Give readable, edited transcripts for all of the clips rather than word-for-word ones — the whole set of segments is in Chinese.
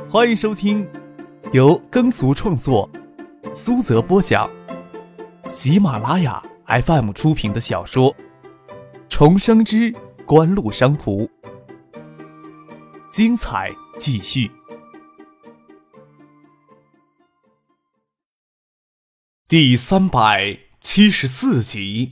欢迎收听由耕俗创作、苏泽播讲、喜马拉雅 FM 出品的小说《重生之官路商途》，精彩继续。第374集。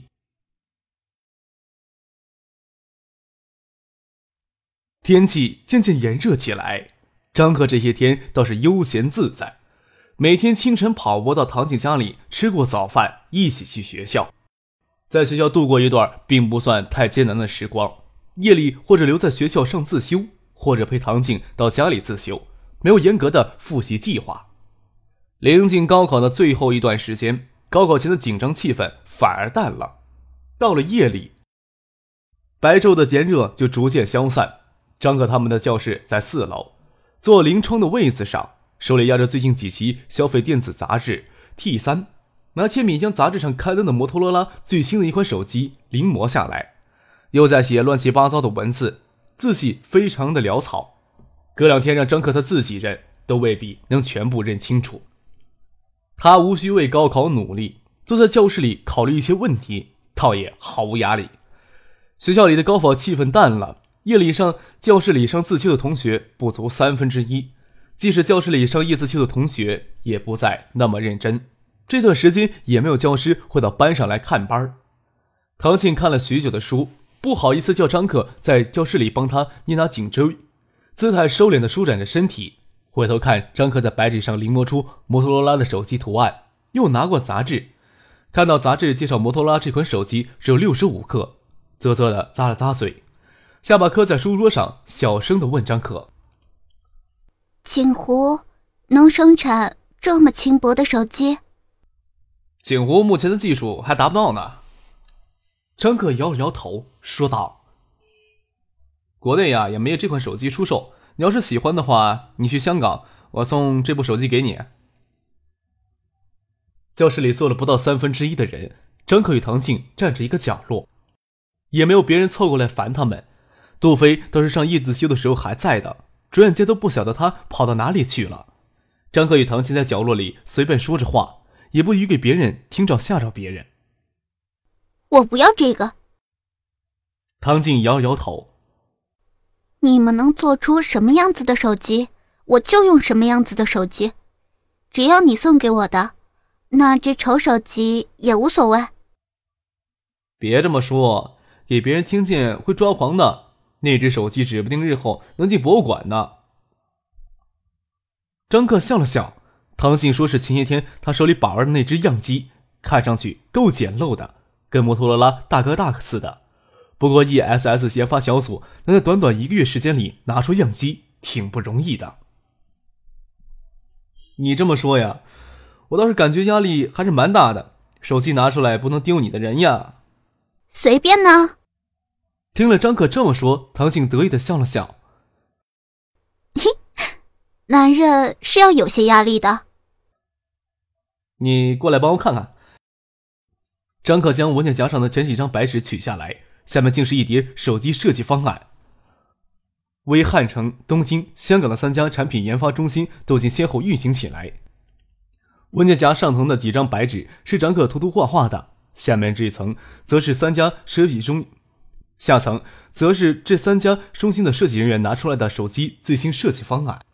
天气渐渐炎热起来，张克这些天倒是悠闲自在，每天清晨跑步到唐静家里吃过早饭，一起去学校，在学校度过一段并不算太艰难的时光。夜里或者留在学校上自修，或者陪唐静到家里自修，没有严格的复习计划。临近高考的最后一段时间，高考前的紧张气氛反而淡了。到了夜里，白昼的炎热就逐渐消散。张克他们的教室在4楼，坐临窗的位子上，手里压着最近几期消费电子杂志 T3， 拿铅笔将杂志上刊登的摩托罗拉最新的一款手机临摹下来，又在写乱七八糟的文字，字迹非常的潦草，隔2天让张克他自己认都未必能全部认清楚。他无需为高考努力，坐在教室里考虑一些问题，倒也毫无压力。学校里的高考气氛淡了，夜里上教室里上自修的同学不足1/3，即使教室里上夜自修的同学也不再那么认真。这段时间也没有教师会到班上来看班。唐庆看了许久的书，不好意思叫张克在教室里帮他捏拿颈椎，姿态收敛地舒展着身体，回头看张克在白纸上临摹出摩托罗拉的手机图案，又拿过杂志，看到杂志介绍摩托罗拉这款手机只有65克，啧啧地咂了咂嘴，下巴磕在书桌上，小声地问张克： 锦湖能生产这么轻薄的手机？ 锦湖目前的技术还达不到呢。张克摇了摇头说道：国内也没有这款手机出售，你要是喜欢的话，你去香港，我送这部手机给你。教室里坐了不到1/3的人，张克与唐静站着一个角落，也没有别人凑过来烦他们。杜飞倒是上夜自修的时候还在的，转眼间都不晓得他跑到哪里去了。张克与唐静在角落里随便说着话，也不予给别人听着吓着别人。 我不要这个。 唐静摇摇头。 你们能做出什么样子的手机，我就用什么样子的手机，只要你送给我的，那只丑手机也无所谓。 别这么说，给别人听见会抓狂的，那只手机指不定日后能进博物馆呢。张克笑了笑，唐信说是前些天他手里把玩的那只样机，看上去够简陋的，跟摩托罗拉大哥大似的。不过 ESS 研发小组能在短短1个月时间里拿出样机，挺不容易的。你这么说呀，我倒是感觉压力还是蛮大的，手机拿出来不能丢你的人呀。 随便呢。 听了张克这么说，唐静得意地笑了笑。 男人是要有些压力的。 你过来帮我看看。张克将文件夹上的前几张白纸取下来，下面竟是一叠手机设计方案。为汉城、东京、香港的3家产品研发中心都已经先后运行起来。文件夹上层的几张白纸是张克涂涂画画的，下面这层则是3家设计中，下层则是这3家中心的设计人员拿出来的手机最新设计方案。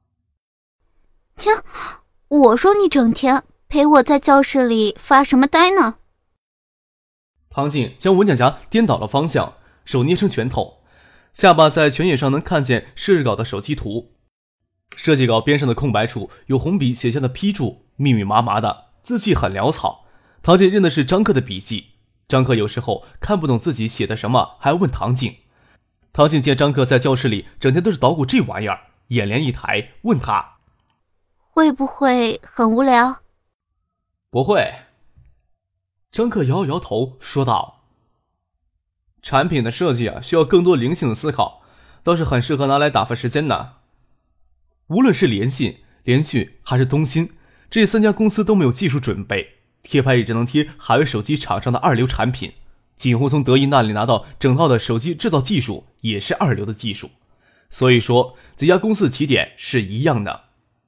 我说你整天陪我在教室里发什么呆呢？ 唐静将文件夹颠倒了方向，手捏成拳头，下巴在拳眼上能看见设计稿的手机图。设计稿边上的空白处有红笔写下的批注，密密麻麻的，字迹很潦草。唐静认的是张克的笔迹。张克有时候看不懂自己写的什么，还要问唐静。唐静见张克在教室里整天都是捣鼓这玩意儿，眼帘一抬，问他会不会很无聊？ 不会。张克摇摇头说道：产品的设计需要更多灵性的思考，倒是很适合拿来打发时间的。无论是联信、联讯还是东芯，这3家公司都没有技术准备，贴牌也只能贴海外手机厂商的2流产品。锦湖从德意那里拿到整套的手机制造技术，也是2流的技术。 所以说几家公司的起点是一样的。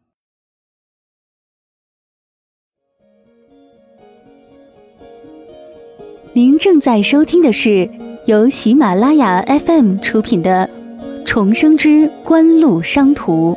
您正在收听的是由喜马拉雅 FM 出品的《重生之官路商途》。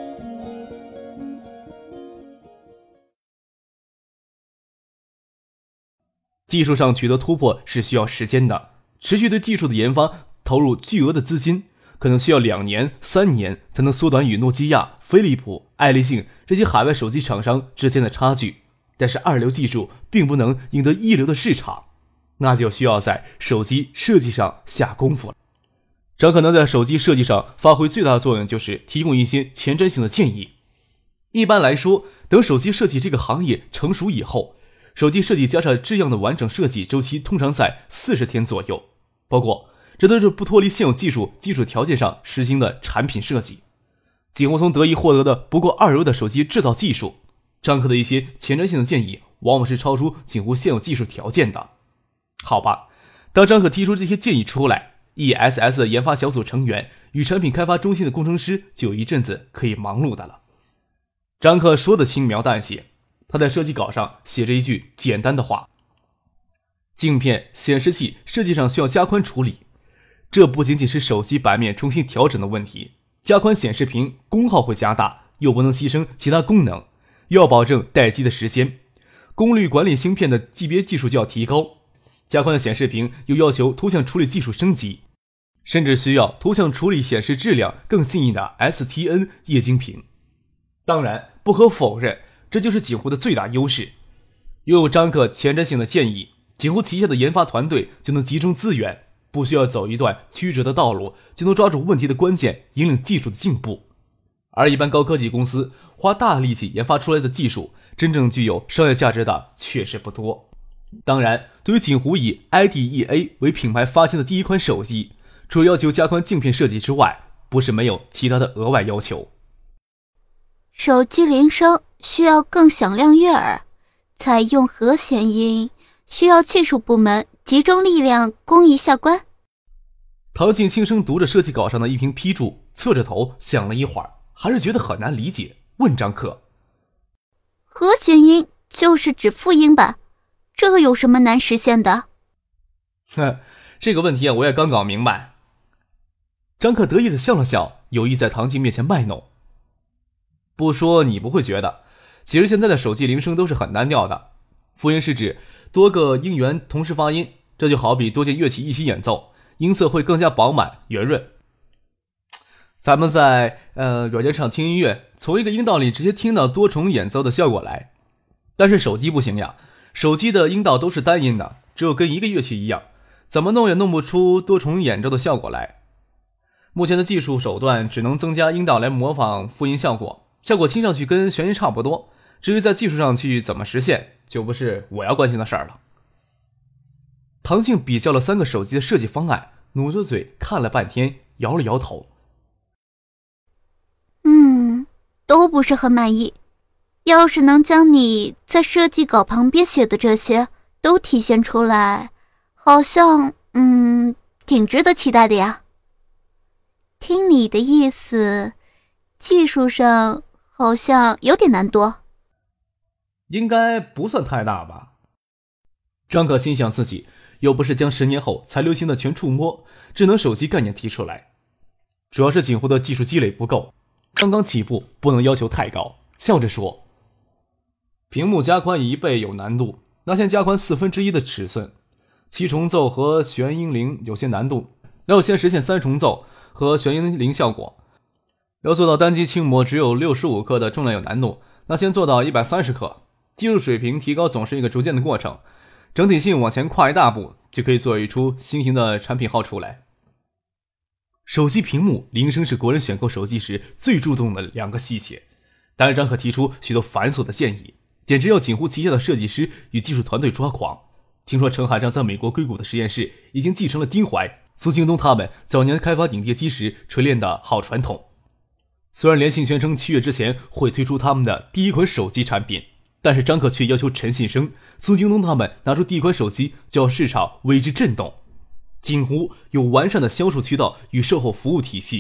技术上取得突破是需要时间的，持续对技术的研发投入巨额的资金，可能需要2年、3年才能缩短与诺基亚、飞利浦、爱立信这些海外手机厂商之间的差距。但是二流技术并不能赢得一流的市场，那就需要在手机设计上下功夫了。张可能在手机设计上发挥最大的作用，就是提供一些前瞻性的建议。一般来说，等手机设计这个行业成熟以后，手机设计加上这样的完整设计周期通常在40天左右。不过这都是不脱离现有技术基础条件上实行的产品设计。景湖从德意获得的不过2流的手机制造技术，张可的一些前瞻性的建议往往是超出景湖现有技术条件的。好吧，当张可提出这些建议出来， ESS 的研发小组成员与产品开发中心的工程师就有一阵子可以忙碌的了。张可说的轻描淡写，他在设计稿上写着一句简单的话：镜片、显示器设计上需要加宽处理，这不仅仅是手机版面重新调整的问题，加宽显示屏功耗会加大，又不能牺牲其他功能，又要保证待机的时间，功率管理芯片的级别技术就要提高，加宽的显示屏又要求图像处理技术升级，甚至需要图像处理显示质量更细腻的 STN 液晶屏。当然不可否认，这就是景湖的最大优势。拥有张可前瞻性的建议，景湖旗下的研发团队就能集中资源，不需要走一段曲折的道路，就能抓住问题的关键，引领技术的进步。而一般高科技公司花大力气研发出来的技术，真正具有商业价值的确实不多。当然，对于景湖以 IDEA 为品牌发行的第一款手机，除了要求加宽镜片设计之外，不是没有其他的额外要求。 手机铃声需要更响亮悦耳，采用和弦音需要技术部门集中力量攻一下关。 唐静轻声读着设计稿上的一屏批注，侧着头想了一会儿，还是觉得很难理解，问张可： 和弦音就是指复音吧？这有什么难实现的？ 这个问题我也刚搞明白。张可得意地笑了笑，有意在唐静面前卖弄。不说你不会觉得，其实现在的手机铃声都是很单调的。复音是指多个音源同时发音，这就好比多件乐器一起演奏，音色会更加饱满圆润。咱们在软件上听音乐，从一个音道里直接听到多重演奏的效果来。但是手机不行呀，手机的音道都是单音的，只有跟一个乐器一样，怎么弄也弄不出多重演奏的效果来。目前的技术手段只能增加音道来模仿复音效果，效果听上去跟弦音差不多，至于在技术上去怎么实现，就不是我要关心的事儿了。唐静比较了3个手机的设计方案，努着嘴看了半天，摇了摇头。 都不是很满意。要是能将你在设计稿旁边写的这些都体现出来，好像挺值得期待的呀。听你的意思，技术上好像有点难度。 应该不算太大吧。张可心想自己又不是将10年后才流行的全触摸智能手机概念提出来，主要是景湖的技术积累不够，刚刚起步，不能要求太高。笑着说，屏幕加宽1倍有难度，那先加宽1/4的尺寸，7重奏和旋音铃有些难度，要先实现3重奏和旋音铃效果。要做到单机轻模只有65克的重量有难度，那先做到130克。技术水平提高总是一个逐渐的过程，整体性往前跨一大步，就可以做一出新型的产品号出来。手机屏幕铃声是国人选购手机时最注重的2个细节，但是张可提出许多繁琐的建议，简直要景湖旗下的设计师与技术团队抓狂。听说陈海章在美国硅谷的实验室已经继承了丁怀、苏京东他们早年开发影碟机时锤炼的好传统。虽然联信宣称7月之前会推出他们的第一款手机产品，但是张可却要求陈信生、苏京东他们拿出第一款手机就要市场为之震动。景湖有完善的销售渠道与售后服务体系，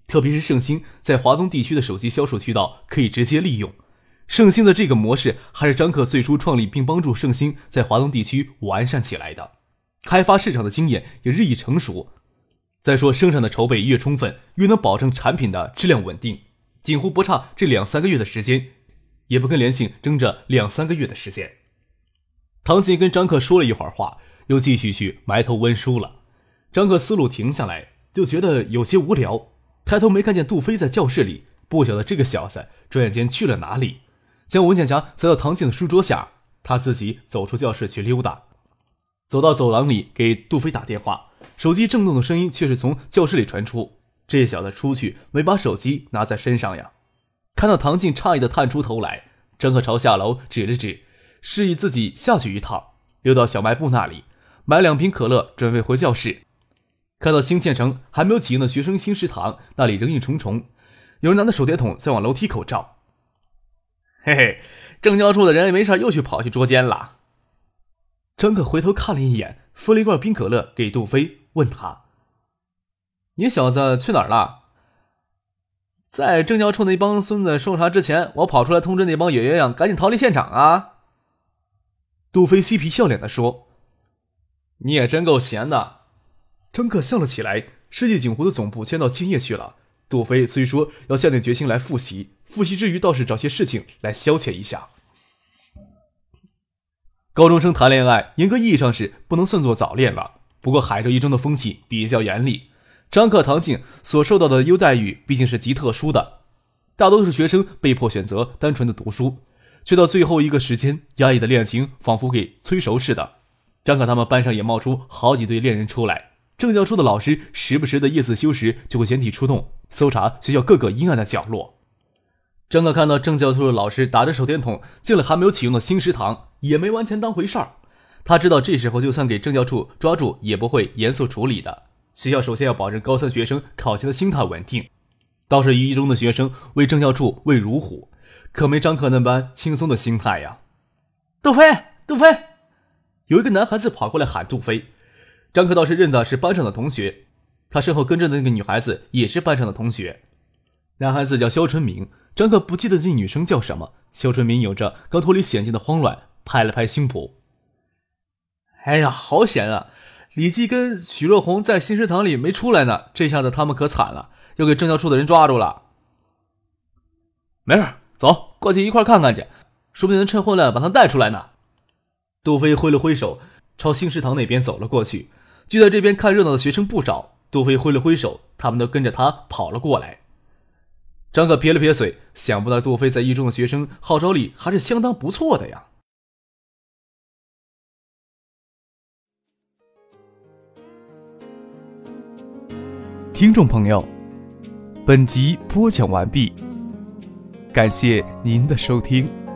特别是盛兴在华东地区的手机销售渠道可以直接利用。盛兴的这个模式还是张克最初创立并帮助盛兴在华东地区完善起来的，开发市场的经验也日益成熟。再说生产的筹备越充分，越能保证产品的质量稳定，几乎不差这2-3个月的时间，也不跟联信争着2-3个月的时间。唐锦跟张克说了一会儿话，又继续去埋头温书了。张克思路停下来，就觉得有些无聊，抬头没看见杜飞在教室里，不晓得这个小子转眼间去了哪里。将文件夹塞到唐静的书桌下，他自己走出教室去溜达，走到走廊里给杜飞打电话，手机震动的声音却是从教室里传出。这小子出去没把手机拿在身上呀？看到唐静诧异地探出头来，张克朝下楼指了指，示意自己下去一趟，溜到小卖部那里买2瓶可乐，准备回教室。看到新建成还没有启用的学生新食堂，那里人影重重，有人拿着手电筒在往楼梯口照。嘿嘿，政教处的人没事又跑去捉奸了。张克回头看了一眼，分了一罐冰可乐给杜飞，问他：你小子去哪儿了？在政教处那帮孙子受查之前，我跑出来通知那帮野鸳鸯赶紧逃离现场啊。杜飞嬉皮笑脸地说：你也真够闲的。张克笑了起来，世纪锦湖的总部迁到建业去了。杜飞虽说要下定决心来复习，复习之余倒是找些事情来消遣一下。高中生谈恋爱严格意义上是不能算作早恋了，不过海州一中的风气比较严厉，张克、唐静所受到的优待遇毕竟是极特殊的，大多数学生被迫选择单纯的读书，却到最后一个时间，压抑的恋情仿佛给催熟似的。张克他们班上也冒出好几对恋人出来，政教处的老师时不时的夜自修时就会简体出动，搜查学校各个阴暗的角落。张克看到政教处的老师打着手电筒进了还没有启用的新食堂，也没完全当回事儿。他知道这时候就算给政教处抓住也不会严肃处理的，学校首先要保证高3学生考前的心态稳定。倒是一中的学生为政教处畏如虎，可没张克那般轻松的心态呀。杜飞，杜飞！有一个男孩子跑过来喊杜飞。张克倒是认得是班上的同学，他身后跟着的那个女孩子也是班上的同学。男孩子叫肖春明，张克不记得这女生叫什么。肖春明有着刚脱离险境的慌乱，拍了拍胸脯。哎呀，好险啊！李记跟许若红在新食堂里没出来呢，这下子他们可惨了，又给政教处的人抓住了。没事，走过去一块看看去，说不定能趁混乱把他带出来呢。杜飞挥了挥手，朝新食堂那边走了过去。聚在这边看热闹的学生不少，杜飞挥了挥手，他们都跟着他跑了过来。张克撇了撇嘴，想不到杜飞在一中的学生号召力还是相当不错的呀。听众朋友，本集播讲完毕，感谢您的收听。